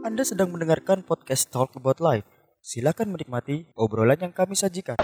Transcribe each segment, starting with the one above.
Anda sedang mendengarkan podcast Talk About Life. Silakan menikmati obrolan yang kami sajikan.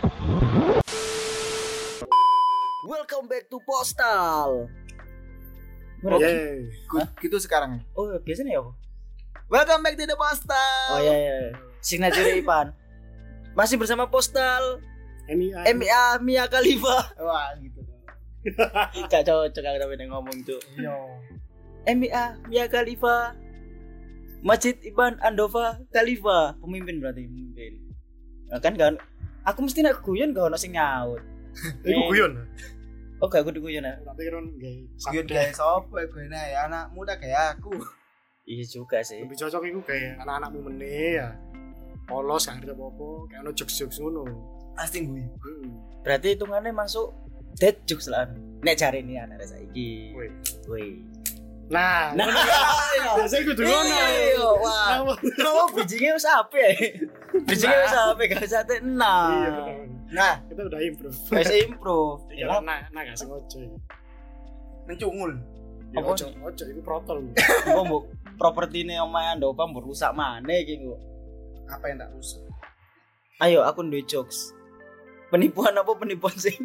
Welcome back to Postal. Yeay. Gitu sekarang. Oh, biasanya ya. Welcome back to the Postal. Oh iya. Signature Ipan. Masih bersama Postal. MIA Mia Khalifa. Wah, gitu dong. Gak cocok aku tapi ngomong tuh. Iya. MIA Mia Khalifa. Masjid Iban Andova Khalifa. Pemimpin berarti pemimpin. Nah, kan aku mesti nak guyon gak ono sing nyaut. Iku guyon. Oh, gak aku guyon ya. Tapi kan Guyon kayak sopo gue ya anak muda kayak aku. Iya juga sih. lebih cocok iku kayak anak-anakmu meneh ya. Polos gak ngerti apa-apa, kayak ono jokes-jokes ngono. Pasti gue. Berarti hitungannya masuk dead jokes lah. Nek cari ini anak saiki. Woi. Nah, biasanya kudu ngono. Iya, wah. Kenapa bridging-nya wis apik ya? Bridging-nya wis apik gak usah Iya, tenang. bener. Nah, Kita udah improve. wis improve. Ya, nah gak sengaja. Mencungul. Ya Apa ojo iku protol. Apa mbok propertine omahe Andova mbok rusak maneh iki kok. Apa yang tak rusak? Ayo aku duwe jokes. Penipuan apa penipuan sing?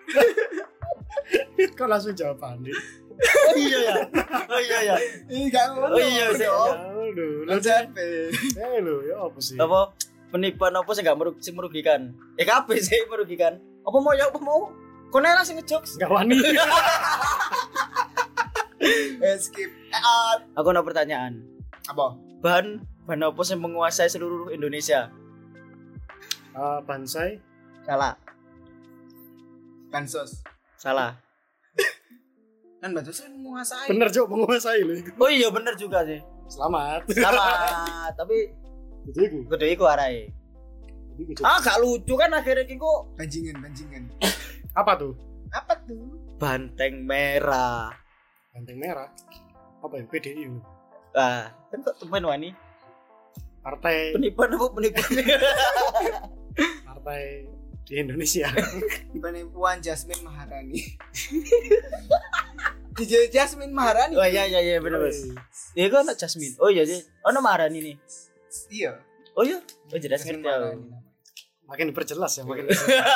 Kok langsung jawaban nih? Oh iya ya. Oh iya ya. Ih, gak ngono. Oh iya sih. Aduh, Lo capek. lho, ya apa sih? Apa penipuan apa sing gak merugikan? Kabeh sih merugikan. Apa mau ya apa mau? Kono lah sing ngejokes. Gak wani. Skip. Aku ada pertanyaan. Apa? Bahan apa yang menguasai seluruh Indonesia? Bansai. Salah. Bansos. Salah. Kan bansos kan menguasai. Bener Cuk, menguasai lho iku. Oh iya bener juga sih. Selamat. Salah. Tapi Itu iku. gede iku arahe. Iku, Cuk. Gak lucu kan akhirnya iki kok Banjingan. Apa tuh? Apa tuh? banteng merah. Banteng merah. Apa ya? PDI. Kan kok temen wani. Partai Penipuan Partai di Indonesia. Penipuan Jasmine Maharani. DJ Jasmine Maharani. Oh iya bener Mas. Ya kok anak Jasmine. Oh iya sih. Ono Maharani nih. Iya. Oh iya. Oh jelas Jasmine ngerti aku. Maharani namanya. Makin diperjelas ya, makin.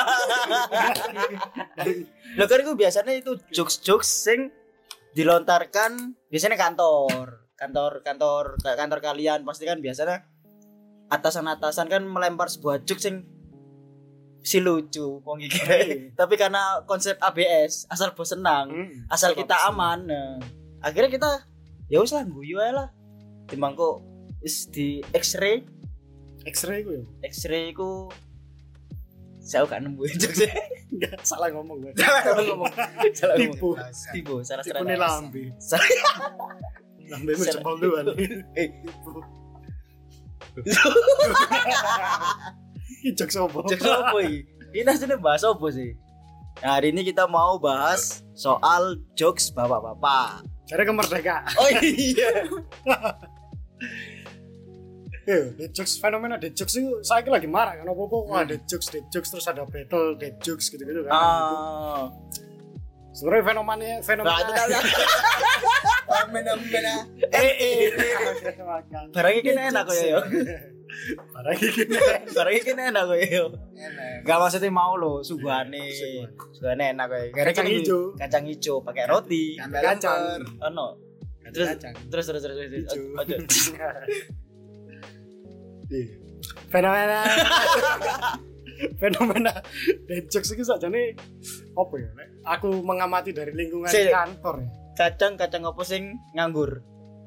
Loh kan itu biasanya itu jokes sing dilontarkan biasanya kantor kalian pasti kan biasanya atasan kan melempar sebuah jokes sing si lucu wong iki. Tapi karena konsep ABS asal bos senang, asal kita aman. Nah, akhirnya kita ya wis lah guyu ae lah. Timbang kok wis di X-ray X-ray ku ya. X-ray ku saya gak nemu jokes. Enggak salah ngomong gue. Salah ngomong. Tipu. Salah Tipu nih lambe. Salah. Lambe mu jempol duluan. Iki jokes opo? Jokes apa iki? Ini aslinya bahas apa sih? Nah, hari ini kita mau bahas soal jokes bapak-bapak. Cari kemerdekaan. Oh iya. Dead jokes, fenomena dead jokes itu saya lagi marah kan apa-apa. Wah, dead jokes terus ada battle dead jokes gitu-gitu kan. Sebenarnya fenomena Nah, itu tahu. Fenomena. Barang iki enak kok ya. Parah iki. Barang iki enak kok ya. Enak. Gak maksudnya mau lo suguhane. Suguhane enak kok. Kacang hijau. Kacang hijau pakai roti. Kacang. Ono. Terus Terus. hijau. Ojo. Fenomena dead jokes itu sajane apa ya? Nek aku mengamati dari lingkungan Sik. kantor ya. Kacang apa sing nganggur?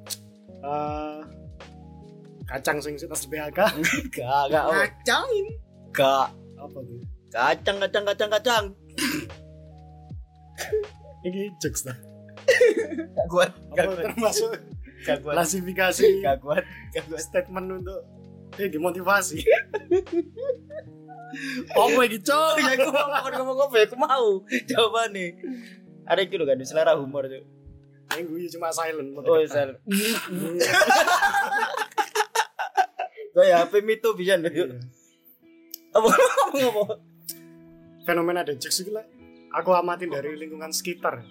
Kacang sing tas BHK. Gak. Ngacangin. Gak. Apa tuh? Kacang. Ini jokes dah. Gak kuat. Apa termasuk Gak kuat. klasifikasi Gak kuat. statement untuk motivasi. Apa iki, Cok? Ya aku ngomong apa ya, aku mau jawabannya. Ada gitu kan, selera humor tuh. Gue cuma silent. Oh iya. Gue ya HP itu bisa nih. Apa ngomong? Fenomena dead jokes itu lah. Aku amatin dari lingkungan sekitar.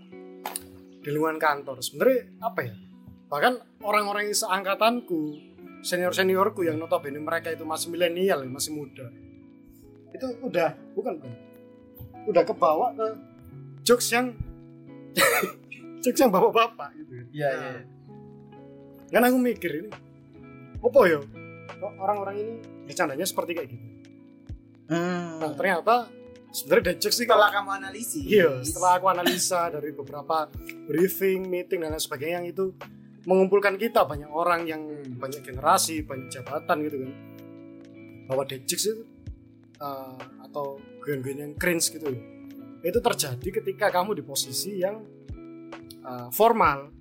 Di lingkungan kantor. Sebenarnya apa ya? Bahkan orang-orang yang seangkatanku senior-seniorku yang notabene mereka itu masih milenial, masih muda. Itu udah udah kebawa ke jokes yang bapak-bapak gitu. Iya. Kan aku mikir ini apa ya? Kok orang-orang ini bercandanya seperti kayak gitu. Nah, ternyata sebenarnya dead jokes sih Setelah kamu analisis. iya, setelah aku analisa dari beberapa briefing, meeting dan lain sebagainya, yang itu mengumpulkan kita banyak orang yang banyak generasi, banyak jabatan gitu kan. Bahwa dead jokes itu atau guyon-guyon yang cringe gitu itu terjadi ketika kamu di posisi yang formal,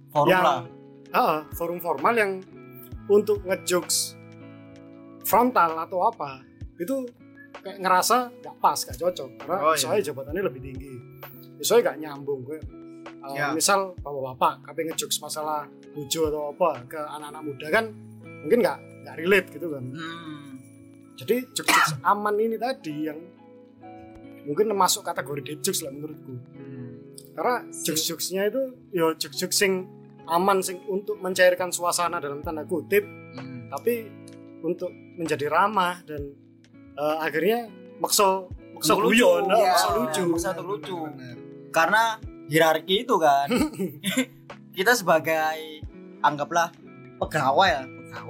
forum formal yang untuk ngejokes frontal atau apa itu kayak ngerasa gak pas, gak cocok karena soalnya jabatannya lebih tinggi, soalnya gak nyambung kayak misal bapak-bapak tapi ngejokes masalah bojo atau apa ke anak-anak muda kan mungkin gak relate gitu kan. Jadi jokes aman ini tadi yang mungkin masuk kategori dead jokes lah menurutku. Karena jokes-jokesnya itu ya jokes-jokes sing aman, sing untuk mencairkan suasana dalam tanda kutip, tapi untuk menjadi ramah dan akhirnya maksa guyon, maksa lucu. Karena hierarki itu kan. Kita sebagai anggaplah pegawai.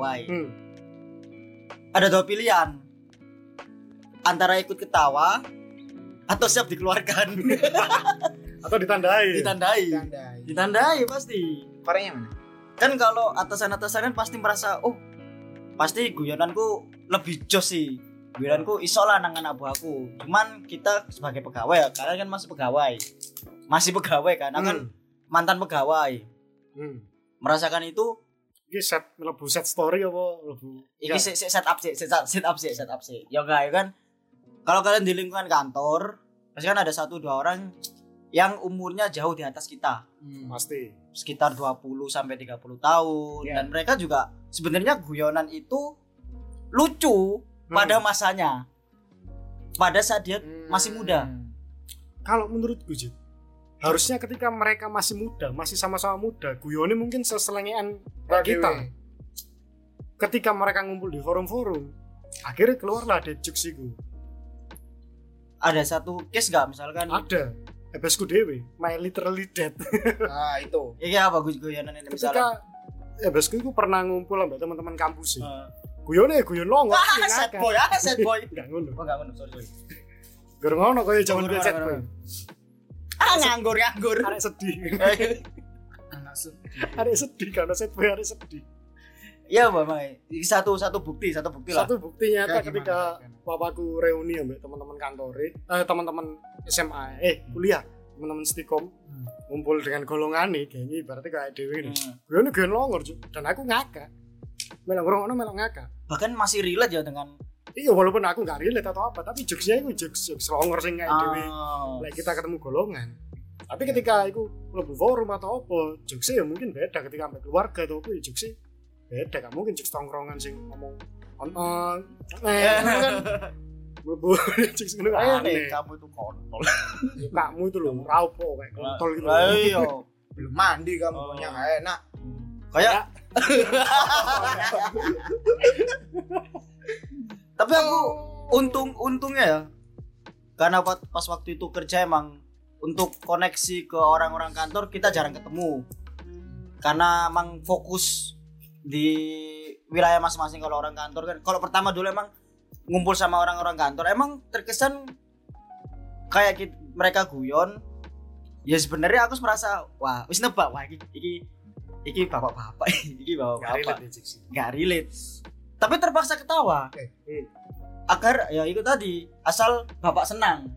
Ada dua pilihan. Antara ikut ketawa atau siap dikeluarkan. Atau ditandai pasti. Orangnya mana? Kan kalau atasan-atasan kan pasti merasa pasti guyonanku lebih jos sih. Guyonanku iso lah nang anak buahku. Cuman kita sebagai pegawai ya, kalian kan masih pegawai kan, kan mantan pegawai. Merasakan itu iki mlebu set story apa mlebu iki set up sih. Ya enggak ya kan. Kalau kalian di lingkungan kantor, pasti kan ada 1-2 orang yang umurnya jauh di atas kita. Pasti Sekitar 20 sampai 30 tahun dan mereka juga sebenarnya guyonan itu lucu pada masanya. Pada saat dia masih muda. Kalau menurutku Jit, harusnya ketika mereka masih muda, masih sama-sama muda, guyonnya mungkin seselengean kayak kita. Ketika mereka ngumpul di forum-forum, akhirnya keluarlah dead jokes itu. Ada satu case gak misalkan? Ada. Ebesku dewe, my literally dead. Nah, itu. Iya apa guyonan ini misalnya? Ketika ebesku itu pernah ngumpul sama teman-teman kampus sih. Guyon longo. Sad boy. Enggak ngono. Enggak ngono, sorry. Gak ngono kaya jaman biasa sad boy. Nganggur. Arek sedih. Arek sedih karena sad boy arek sedih. Iya, Bang. Satu bukti lah. Satu bukti nyata ketika papaku reuni sama teman-teman kantore, teman-teman SMA, kuliah, teman-teman Stikom, ngumpul dengan golongan nih, kayaknya berarti kayak dewe nih. Gue longor dan aku ngakak. Melok ngakak. Bahkan masih relate ya dengan. Iya, walaupun aku nggak relate atau apa, tapi jokesnya itu jokes longor sing kayak dewe. Like kita ketemu golongan. Tapi ketika aku lebih forum atau apa, jokesnya ya mungkin beda ketika sampai keluarga atau apa, jokesnya beda. Gak mungkin jokes tongkrongan sing ngomong kan bu jokes ngono aneh. Kamu itu kontol. Kamu itu loh raupo kayak kontol gitu. Iya. Belum mandi kamu punya enggak enak. Kayak tapi aku untungnya ya. Karena pas waktu itu kerja emang untuk koneksi ke orang-orang kantor kita jarang ketemu. Karena emang fokus di wilayah masing-masing. Kalau orang kantor kan, kalau pertama dulu emang ngumpul sama orang-orang kantor emang terkesan kayak mereka guyon. Ya sebenarnya aku merasa wah wis nebak wah iki bapak-bapak iki bapak-bapak gak relate tapi terpaksa ketawa agar ya itu tadi asal bapak senang.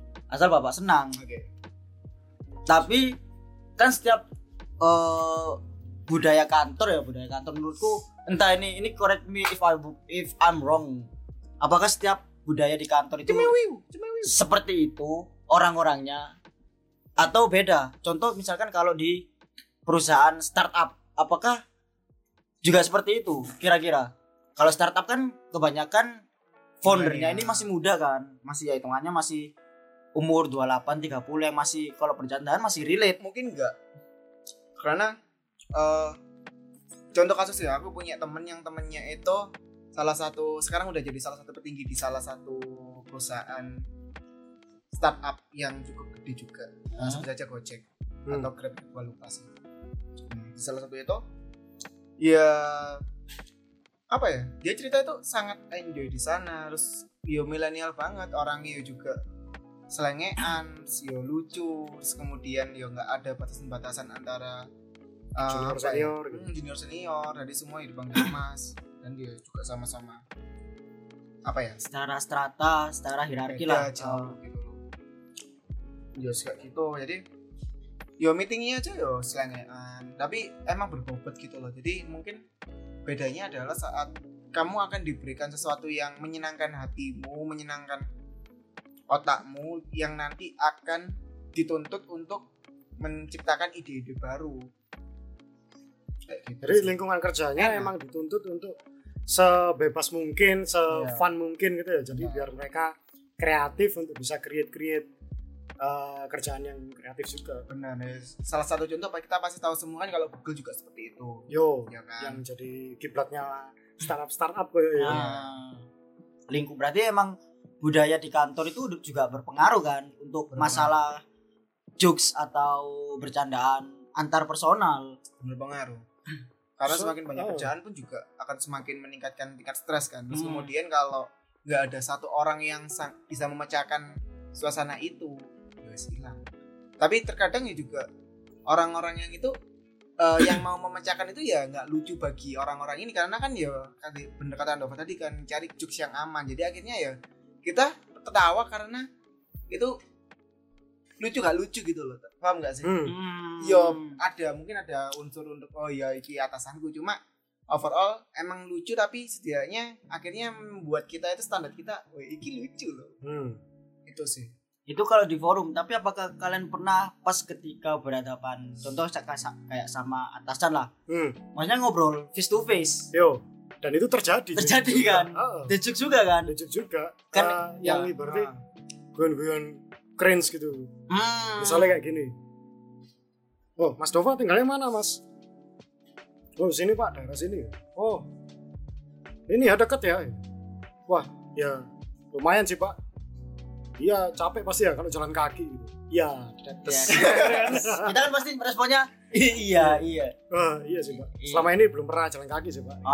Tapi kan setiap budaya kantor menurutku entah ini correct me if I'm wrong. Apakah setiap budaya di kantor itu seperti itu orang-orangnya atau beda? Contoh misalkan kalau di perusahaan startup, apakah juga seperti itu kira-kira? Kalau startup kan kebanyakan foundernya ini masih muda kan, masih ya hitungannya masih umur 28 30 yang masih kalau percandaan masih relate. Mungkin enggak. Karena contoh kasus ya, aku punya temen yang temennya itu sekarang udah jadi salah satu petinggi di salah satu perusahaan startup yang cukup gede juga. Sebut saja Gojek atau Grab, gue lupa sih. Di salah satu itu ya apa ya, dia cerita itu sangat enjoy di sana, terus yo milenial banget orangnya juga, selengean, yo lucu, terus kemudian yo nggak ada batasan-batasan antara junior senior, jadi semua dipanggil mas, dan dia juga sama-sama apa ya, secara strata, secara hierarki lah jauh gitu loh. Ya kayak gitu, jadi yo meetingnya aja yo selengean, tapi emang berbobot gitu loh. Jadi mungkin bedanya adalah saat kamu akan diberikan sesuatu yang menyenangkan hatimu, menyenangkan otakmu, yang nanti akan dituntut untuk menciptakan ide-ide baru. Gitu. Jadi lingkungan kerjanya emang dituntut untuk sebebas mungkin, se-fun mungkin gitu ya. Jadi biar mereka kreatif untuk bisa create kerjaan yang kreatif juga. Benar. Salah satu contoh kita pasti tahu semua kan kalau Google juga seperti itu. Ya kan? Yang jadi kiblatnya startup ya. Berarti emang budaya di kantor itu juga berpengaruh kan untuk masalah jokes atau bercandaan antar personal. Berpengaruh. Karena semakin banyak kerjaan pun juga akan semakin meningkatkan tingkat stres kan. Terus kemudian kalau nggak ada satu orang yang bisa memecahkan suasana itu, ya hilang. Tapi terkadang ya juga orang-orang yang itu yang mau memecahkan itu ya nggak lucu bagi orang-orang ini, karena kan ya bener kata Andova tadi kan, cari jokes yang aman. Jadi akhirnya ya kita ketawa karena itu lucu gak lucu gitu loh, paham gak sih? Yo mungkin ada unsur untuk iki atasanku, cuma overall emang lucu, tapi setidaknya akhirnya membuat kita itu standar kita, iki lucu loh. Itu sih. Itu kalau di forum. Tapi apakah kalian pernah pas ketika berhadapan, contoh kayak sama atasan lah, maksudnya ngobrol face to face? Dan itu terjadi kan? Dejuk juga kan? Dejuk juga. Kan yang ibaratnya guyon-guyon cringe gitu. Misalnya kayak gini. Oh, Mas Dova tinggalnya mana, Mas? Oh, sini Pak, daerah sini. Oh, ini ya dekat ya. Wah, ya lumayan sih Pak. Iya, capek pasti ya kalau jalan kaki gitu. Iya, kita kan pasti responnya iya. Iya sih Pak. Selama ini belum pernah jalan kaki sih Pak.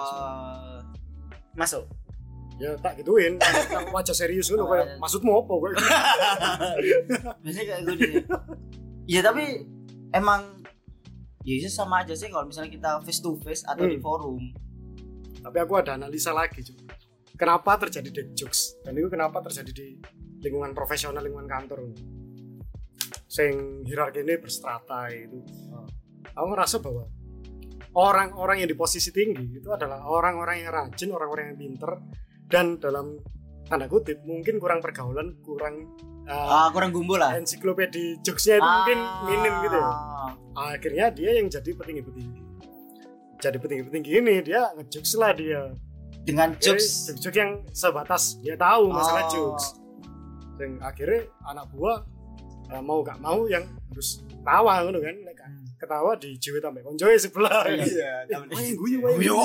Masuk. Ya tak gituin, wajah serius gitu kayak maksudmu apa gue. Biasanya kayak gitu deh. Iya, tapi emang ya sama aja sih kalau misalnya kita face to face atau di forum. Tapi aku ada analisa lagi juga. Kenapa terjadi dead jokes? Dan itu kenapa terjadi di lingkungan profesional, lingkungan kantor. Sing hierarki ini berstrata itu. Aku ngerasa bahwa orang-orang yang di posisi tinggi itu adalah orang-orang yang rajin, orang-orang yang pinter, dan dalam tanda kutip mungkin kurang pergaulan, kurang gumbul lah. Ensiklopedi jokesnya itu mungkin minim gitu ya. Akhirnya dia yang jadi petinggi-petinggi. Jadi petinggi-petinggi ini dia ngejokes lah dia. Dengan jokes yang sebatas dia tahu masalah jokes. Dan akhirnya anak buah mau gak mau yang harus tawa gitu kan. Ketawa di jiwa tambah koncoe sebelah. Iya, guyu.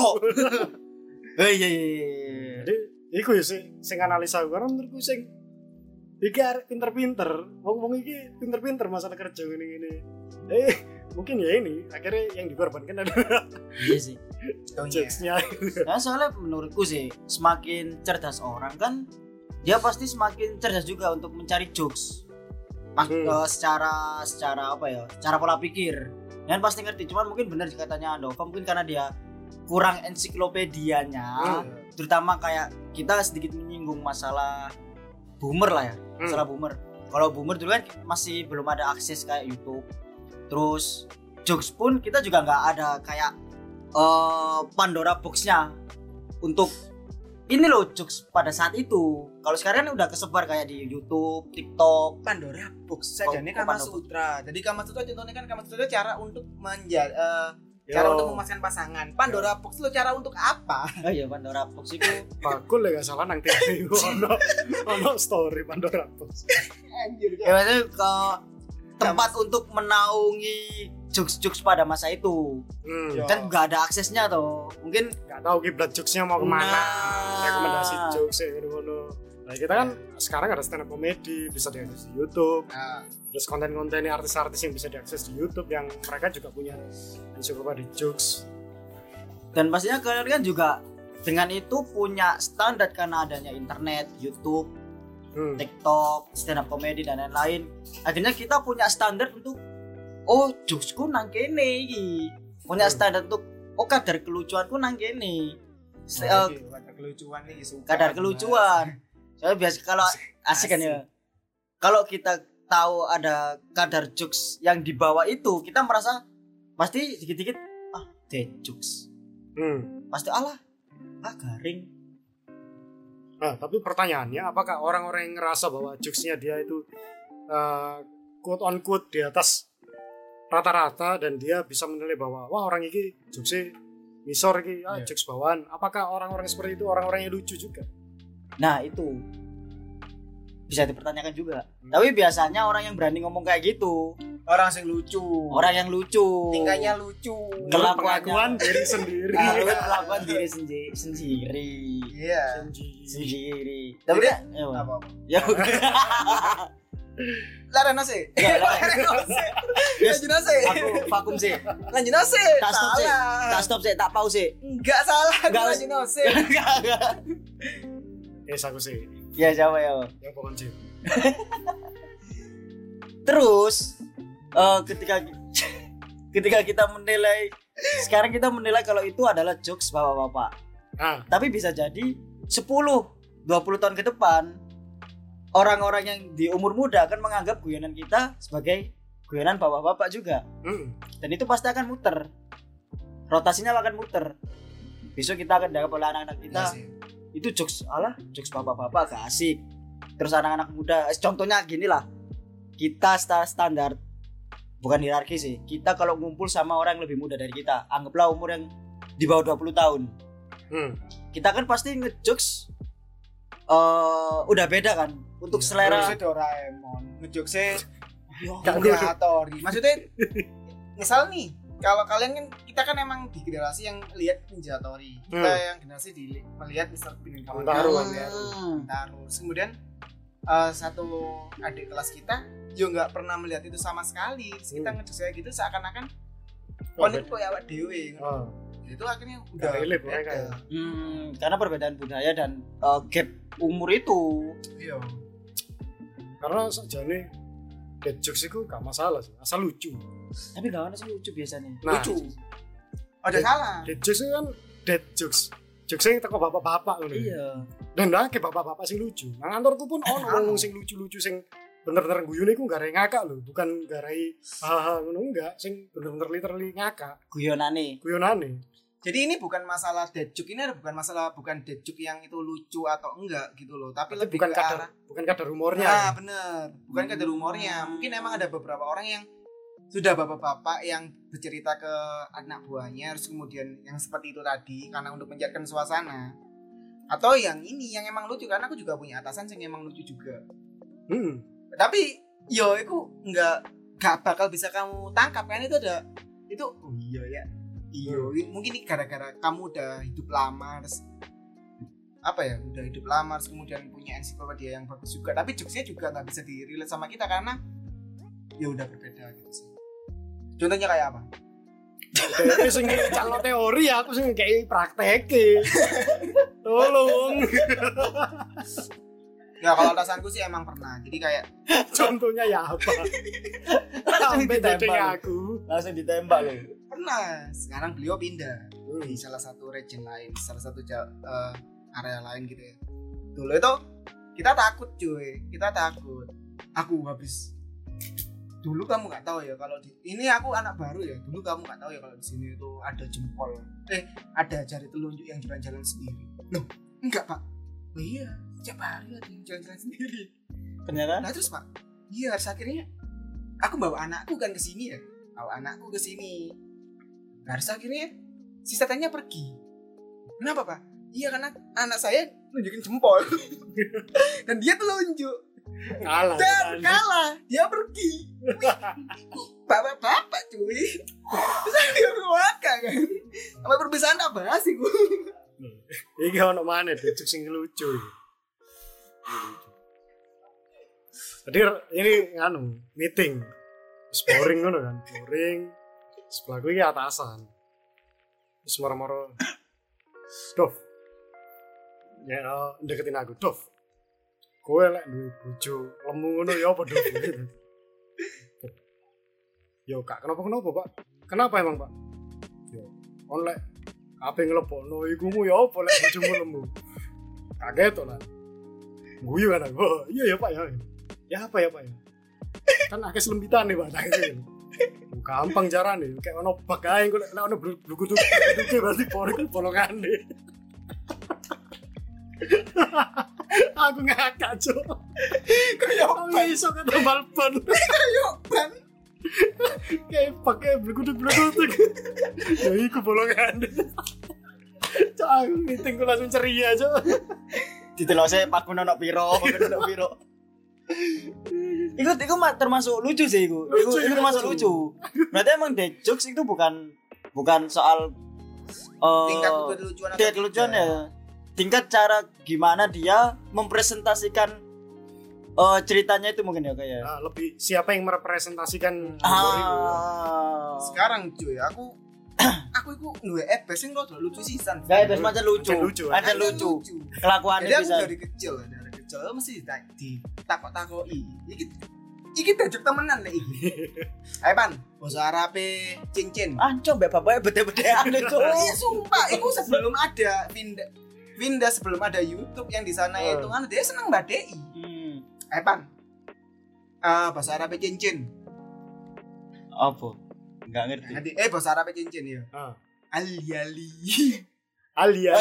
Iya. Jadi iku ya sing analisa karena menurutku sing iki arek pinter-pinter, wong-wong iki pinter-pinter masalah kerja ngene-ngene. Mungkin ya ini akhirnya yang dikorbankan adalah iya sih. Jokesnya. Nah, soalnya menurutku sih semakin cerdas orang kan dia pasti semakin cerdas juga untuk mencari jokes. Secara apa ya? Cara pola pikir. Dan pasti ngerti, cuman mungkin benar katanya Andova, mungkin karena dia kurang ensiklopedianya, terutama kayak kita sedikit menyinggung masalah boomer lah ya, masalah boomer. Kalau boomer dulu kan masih belum ada akses kayak YouTube, terus jokes pun kita juga nggak ada kayak Pandora box-nya untuk ini loh jokes pada saat itu. Kalau sekarang kan udah kesebar kayak di YouTube, TikTok. Pandora box sajane Kama Sutra. Jadi Kama Sutra contohnya kan Kama Sutra cara untuk cara untuk memasukkan pasangan. Pandora box lo cara untuk apa? Oh iya, Pandora box itu bakul ya, gak salah nang TV ono story Pandora box. Anjir. Ya maksudnya ke tempat untuk menaungi jokes pada masa itu. Kan nggak ada aksesnya toh. Mungkin nggak tahu kiblat jokesnya mau kemana. Rekomendasi jokes ngono. Nah, kita kan sekarang ada stand up comedy bisa diakses di YouTube. Terus konten-konten artis-artis yang bisa diakses di YouTube yang mereka juga punya ensiklopedia jokes. Dan pastinya kalian kan juga dengan itu punya standar karena adanya internet, YouTube, TikTok, stand up comedy dan lain-lain. Akhirnya kita punya standar untuk jokesku nang kene iki. Punya standar untuk kadar kelucuanku nang kene. Kadar kelucuan nih suka. Kadar kelucuan. Soalnya biasa kalau asik kan ya. Kalau kita tahu ada kadar jokes yang di bawah itu, kita merasa pasti dikit-dikit dead jokes. Pasti garing. Nah, tapi pertanyaannya, apakah orang-orang yang ngerasa bahwa jokesnya dia itu quote on quote di atas rata-rata dan dia bisa menilai bahwa wah orang ini jokesnya misor ini jokes bawaan, apakah orang-orang seperti itu orang-orang yang lucu juga? Nah itu bisa dipertanyakan juga. Tapi biasanya orang yang berani ngomong kayak gitu orang yang lucu, tingkahnya lucu, kelakuan diri sendiri, kelakuan diri sendiri. Iya. Sendiri. Tapi apa? Ya. Lara nase. Lanjut nase. Aku vakum sih. Lanjut nase. Tak stop sih, tak pause sih. Enggak salah. Lanjut nase. Aku sih. Ya siapa ya? Yang pokoknya sih. Terus ketika kita menilai, sekarang kita menilai kalau itu adalah jokes bapak-bapak. Tapi bisa jadi 10-20 tahun ke depan orang-orang yang di umur muda akan menganggap guyonan kita sebagai guyonan bapak-bapak juga. Dan itu pasti akan muter. Rotasinya akan muter. Besok kita akan dianggap oleh anak-anak kita. Itu jokes bapak-bapak gak asik. Terus anak-anak muda, contohnya gini lah. Kita standar, bukan hierarki sih. Kita kalau ngumpul sama orang yang lebih muda dari kita, anggaplah umur yang di bawah 20 tahun. Kita kan pasti ngejokes udah beda kan untuk selera. Ngejokesnya Doraemon, ngejokesnya Tori. Maksudnya misal nih, kalau kalian kan, kita kan emang di generasi yang lihat Ninja Tori, kita yang generasi melihat Mr. Bean dan kawan-kawan. Kemudian satu adik kelas kita juga nggak pernah melihat itu sama sekali. Kita ngejokes kayak gitu seakan-akan konek kok awak dewe. Itu akhirnya udah relate mereka ya. Karena perbedaan budaya dan gap umur itu. Iya. Karena sajane dead jokes itu gak masalah sih, asal lucu. Tapi gak ada sih lucu biasanya. Nah, lucu. Ada salah. Dead jokes itu kan dead jokes. Jokesnya teko bapak-bapak ngono. Iya. Dan ke bapak-bapak sing lucu. Nah, kantorku pun ngomong sing lucu-lucu sing bener-bener guyune iku garai ngakak lho, bukan garai ngono enggak, sing bener-bener literally ngakak. Guyonane. Jadi ini bukan masalah dead joke, ini bukan dead joke yang itu lucu atau enggak gitu loh, tapi lebih bukan ke bukan kadar humornya. Nah, bener. Bukan kadar humornya. Mungkin emang ada beberapa orang yang sudah bapak-bapak yang bercerita ke anak buahnya, terus kemudian yang seperti itu tadi karena untuk mencairkan suasana. Atau yang ini yang emang lucu, karena aku juga punya atasan yang emang lucu juga. Tapi itu enggak bakal bisa kamu tangkap kan, itu ada itu mungkin ini gara-gara kamu udah hidup lama, terus udah hidup lama, terus kemudian punya ensiklopedia yang bagus juga, tapi jokesnya juga nggak bisa di-relate sama kita karena ya udah berbeda gitu sih. Contohnya kayak apa? Sing calon teori, aku sing kayak praktek. Tolong. Ya kalau atasanku sih emang pernah. Jadi kayak contohnya ya apa? Sampai langsung ditembak loh. Pernah. Sekarang beliau pindah di salah satu region lain, salah satu area lain gitu ya. Dulu itu kita takut cuy, aku habis. Dulu kamu nggak tahu ya kalau ini aku anak baru ya. Dulu kamu nggak tahu ya kalau di sini itu ada jempol, ada jari telunjuk yang jalan-jalan sendiri. Loh, enggak pak? Oh, iya, setiap hari ada yang jalan-jalan sendiri. Ternyata? Nah terus pak, iya harus akhirnya aku bawa anakku kan ke sini ya, Harus akhirnya si setannya pergi. Kenapa pak? Iya karena anak saya nunjukin jempol dan dia telunjuk. Kalah. Dan kalah, dia pergi. Bapak-bapak cuy. Terus dia berwaka kan. Sampai perpisahan tak bahas iku. Iki ono maneh cuk sing lucu. Tadi ini meeting. Boring ngono kan, boring. Sebelahku iki atasan. Terus moro-moro Dov. Ya deketin aku, Dov. Kowe lek duwe bojo lemu ngono ya apa Dov? Yo Kak, kenapa Pak? Kenapa emang Pak? Yo, on lek ape nglebokno ikumu ya apa lek bojomu lemu. Kaget to lah. Guyu kan aku. Iya ya Pak ya. Ya apa ya Pak ya? Kan akeh selembitan nih Pak. Gampang carane, kayak ono bak ae kok lek ono bluku-bluku berarti bolongane. Aku ngakak cuk. Kayak iso ketambal ban. Kayak ban. Kayak pakai bluku-bluku. Ya iku bolongane. Cuk, aku meeting ku langsung ceria cuk. Ditelose pakun ono piro. Iku termasuk lucu sih iku. Iku termasuk lucu. Berarti emang dead jokes itu bukan soal tingkat kelucuan ya. Tingkat cara gimana dia mempresentasikan ceritanya itu mungkin ya kayak. Lebih siapa yang merepresentasikan sekarang cuy, aku itu duwe sing rada lucu sisan. Kayak itu macam lucu. Ada lucu. Kelakuannya bisa. bisa. Dari kecil mesti ditakok-takoki. Iki dajek temenan nek iki. Ayo Pan, bahasa Arabe cincin. Coba bapaknya beda-bedaan itu. Iya sumpah, itu sebelum ada Winda sebelum ada YouTube yang di sana itu kan dia seneng badai. Ayo Pan. Bahasa Arabe cincin. Apa? Enggak ngerti. Bahasa Arabe cincin ya. Ali. Yo.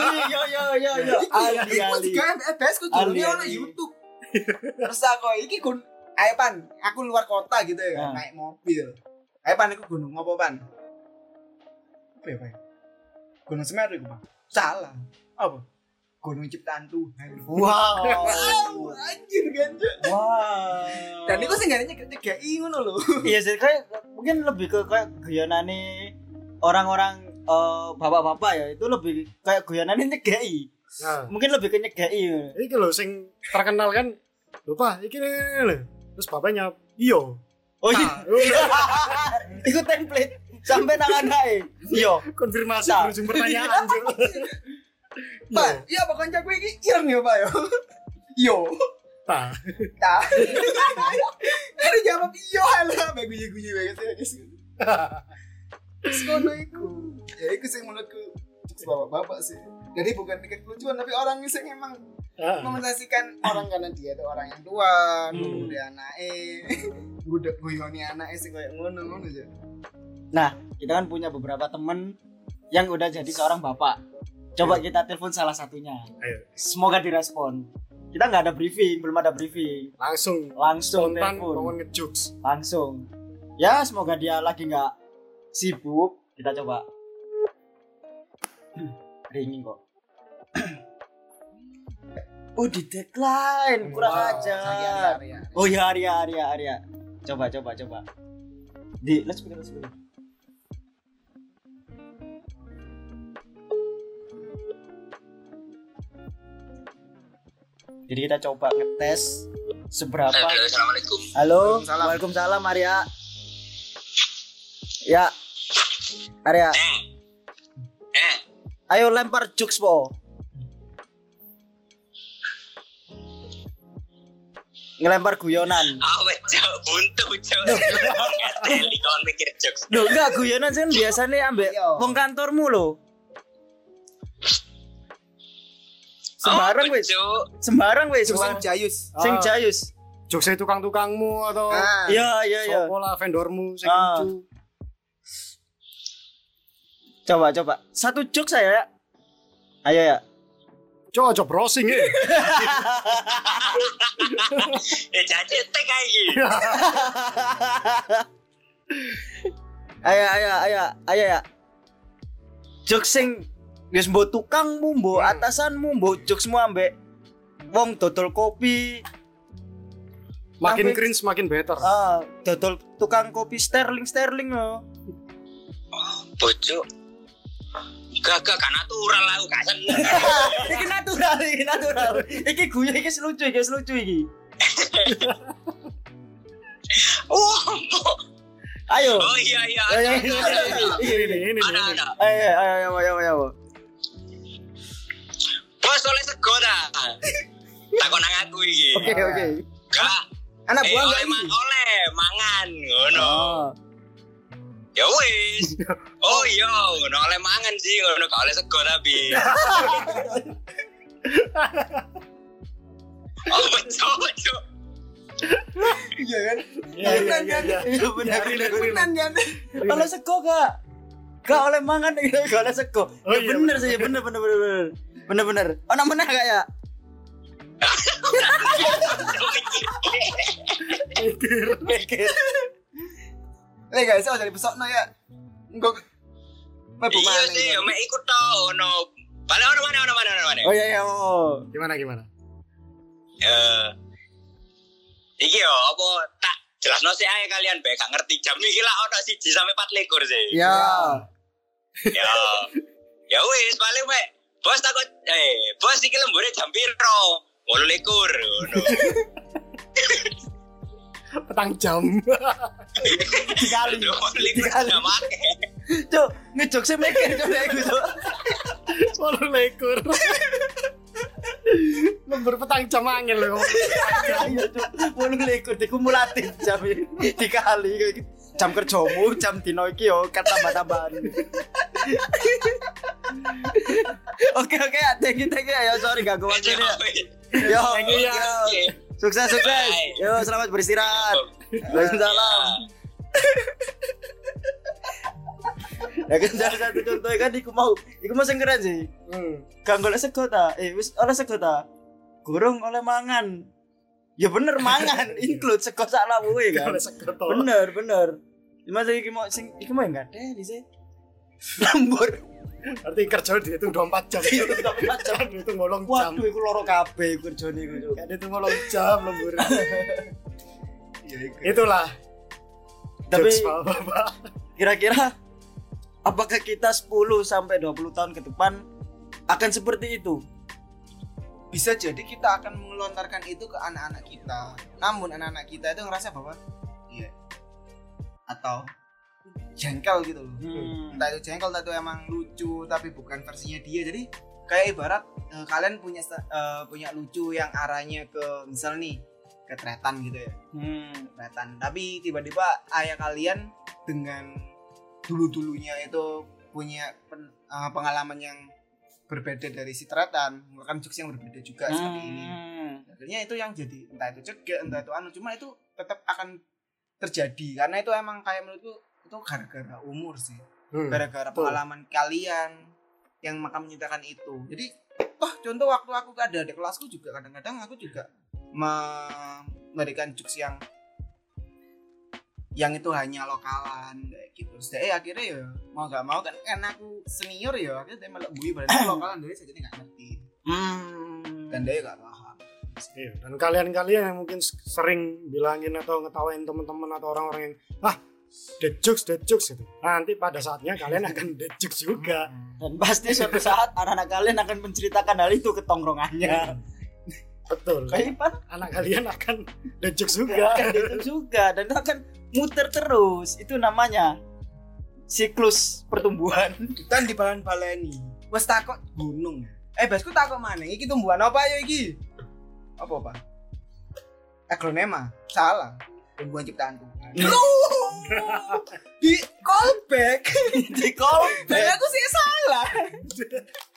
Aku juga best ku dulu ono YouTube. Terus aku iki ayo Pan, aku luar kota gitu ya, naik mobil. Ayo Pan, aku gunung apa Pan? Apa ya Pan? Gunung Semeru itu Pan? Salah. Apa? Gunung Ciptaan Tuhan. Wow. Anjir kan. Wow. Dan itu sih gak nyegaki ngono lho. Iya sih, kayak mungkin lebih ke kayak guyonane orang-orang bapak-bapak ya, itu lebih kayak guyonane nyegaki. Mungkin lebih ke nyegaki. Iki lho sing terkenal kan. Lupa, iki lho. Terus bapaknya, iyo. Oh iya. Ikut template sampai nang anake. Iyo. Konfirmasi berujung pertanyaan. Pak, iya apa kancaku iki ireng ya, Pak ya? Yo. Ta. Ada jawab iyo lah, guyu-guyu guys. Sekono iku. Ya iku sing menurutku bapak-bapak sih. Jadi bukan tingkat kelucuan tapi orang yang emang mementaskan orang karena dia itu orang yang tua, udah anake, guyoni anake sing koyo ngono aja. Nah, kita kan punya beberapa temen yang udah jadi seorang bapak. Coba kita telepon salah satunya. Ayo. Semoga direspon. Kita nggak ada briefing, belum ada briefing. Langsung spontan telepon ngejokes. Langsung. Ya, semoga dia lagi nggak sibuk. Kita coba. Ringing kok. Oh, di decline, kurang ajar. Oh ya, Arya. Coba. Let's begin. Jadi kita coba ngetes seberapa. Assalamualaikum. Halo. Waalaikumsalam Arya. Ya. Arya. Ayo lempar jokes po. Ngelempar guyonan. Buntu cok. Teli kon mikir jokes. Loh enggak, guyonan kan biasanya ambek wong kantormu lho. Sembarang wis. Sing jayus. Sing jayus. Jokes tukang-tukangmu atau Iya. Sopo vendormu sing lucu. Coba. Satu jokes saya ya. Ayo ya. Coba browsing ya. Janji tek iki. Ayo ya. Jokes sing wis mbok tukangmu, mbok atasanmu, mbok jokesmu ambek wong dodol kopi. Makin cringe makin better. Dodol tukang kopi sterling loh. Bojo. Gak natural aku gak seneng. Iki natural. Iki guyu iki lucu iki. Ayo. Oh iya. Ini. Ayo. Bos oleh sego ta. Takon nang aku iki. Oke. Gak. Anak buah oleh mangan ngono. Ya wis. Oh iya, ngono oleh mangan sih, ngono gak oleh sego tapi. Oh, cocok. Iya kan? Iya. Benar. Oleh sego gak? Gak oleh mangan gak oleh sego. Oh, iya, bener sih, bener. Ono meneh gak ya? Mikir. Guys, jadi besokno ya. Engko mabuk Iya maneh. sih, mek ikut to ono. Balik ono mana. Oh iya. Gimana? Iki yo apa tak jelasno sih ae kalian bae gak ngerti jam iki lah ono 1 sampai 4 sih. Ya. Ya wis paling mek bos takut bos iki lembure jam piro? 8 ngono. Petang jam. Dikali. Jam akeh. Cuk, ngejok sih mikir cuk nek iku cuk. 8 Lembur petang jam angel lho. Iya cuk, 8 dikumulatif jam dikali jam kerjamu, jam dino iki yo tambah-tambahan. Oke, thank you ya, sorry gak gue waktu ini. Yo, sukses. Yo, selamat beristirahat. Waalaikumsalam. Ya kan salah satu contoh kan iku mau sing keren sih. Gak oleh sego ta? Wis oleh sego ta? Gurung oleh mangan. Ya bener mangan, include sego sak lawuhe kan. Bener. Masa iki mau enggak ada sih. Lembur. Arti kerja dihitung 24 jam. Dihitung 8 jam. Waduh, iku loro kabeh kerjane iku. Gak dihitung 8 jam lembur. Itulah. Tapi Bapak. kira-kira apakah kita 10 sampai 20 tahun ke depan akan seperti itu? Bisa jadi kita akan melontarkan itu ke anak-anak kita. Namun anak-anak kita itu ngerasa bahwa iya atau jengkel gitu loh. Entah itu jengkel, entah itu emang lucu tapi bukan versinya dia. Jadi kayak ibarat kalian punya lucu yang arahnya ke misal nih ke tretan gitu ya. Tretan. Tapi tiba-tiba ayah kalian dengan dulu-dulunya itu punya pengalaman yang berbeda dari si tretan, mengeluarkan jokes yang berbeda juga seperti ini. Akhirnya itu yang jadi entah itu cegah, entah itu cuma itu tetap akan terjadi karena itu emang kayak menurutku itu gara-gara umur sih. Gara-gara pengalaman kalian yang maka menciptakan itu. Jadi contoh waktu aku ada di kelasku juga kadang-kadang aku juga memberikan jokes yang itu hanya lokalan kayak gitu. Jadi akhirnya ya mau gak mau kan aku senior ya akhirnya dia malah gue berarti lokalan dia jadi gak ngerti. Dan dia gak paham. Iya, dan kalian yang mungkin sering bilangin atau ngetawain teman-teman atau orang-orang yang dead jokes gitu. Nanti pada saatnya kalian akan dead jokes juga. Dan pasti suatu saat anak-anak kalian akan menceritakan hal itu ke tongkrongannya. Betul. Kayak anak kalian akan dead jokes juga. Dan itu akan muter terus. Itu namanya siklus pertumbuhan. Dan dibalen-baleni. Wes takok gunung. Basku takok maneh iki tumbuhan apa ya iki? Apa? Aglonema. Salah. Tumbuhan ciptaanku. Di callback. Di callback. Dan aku sih salah.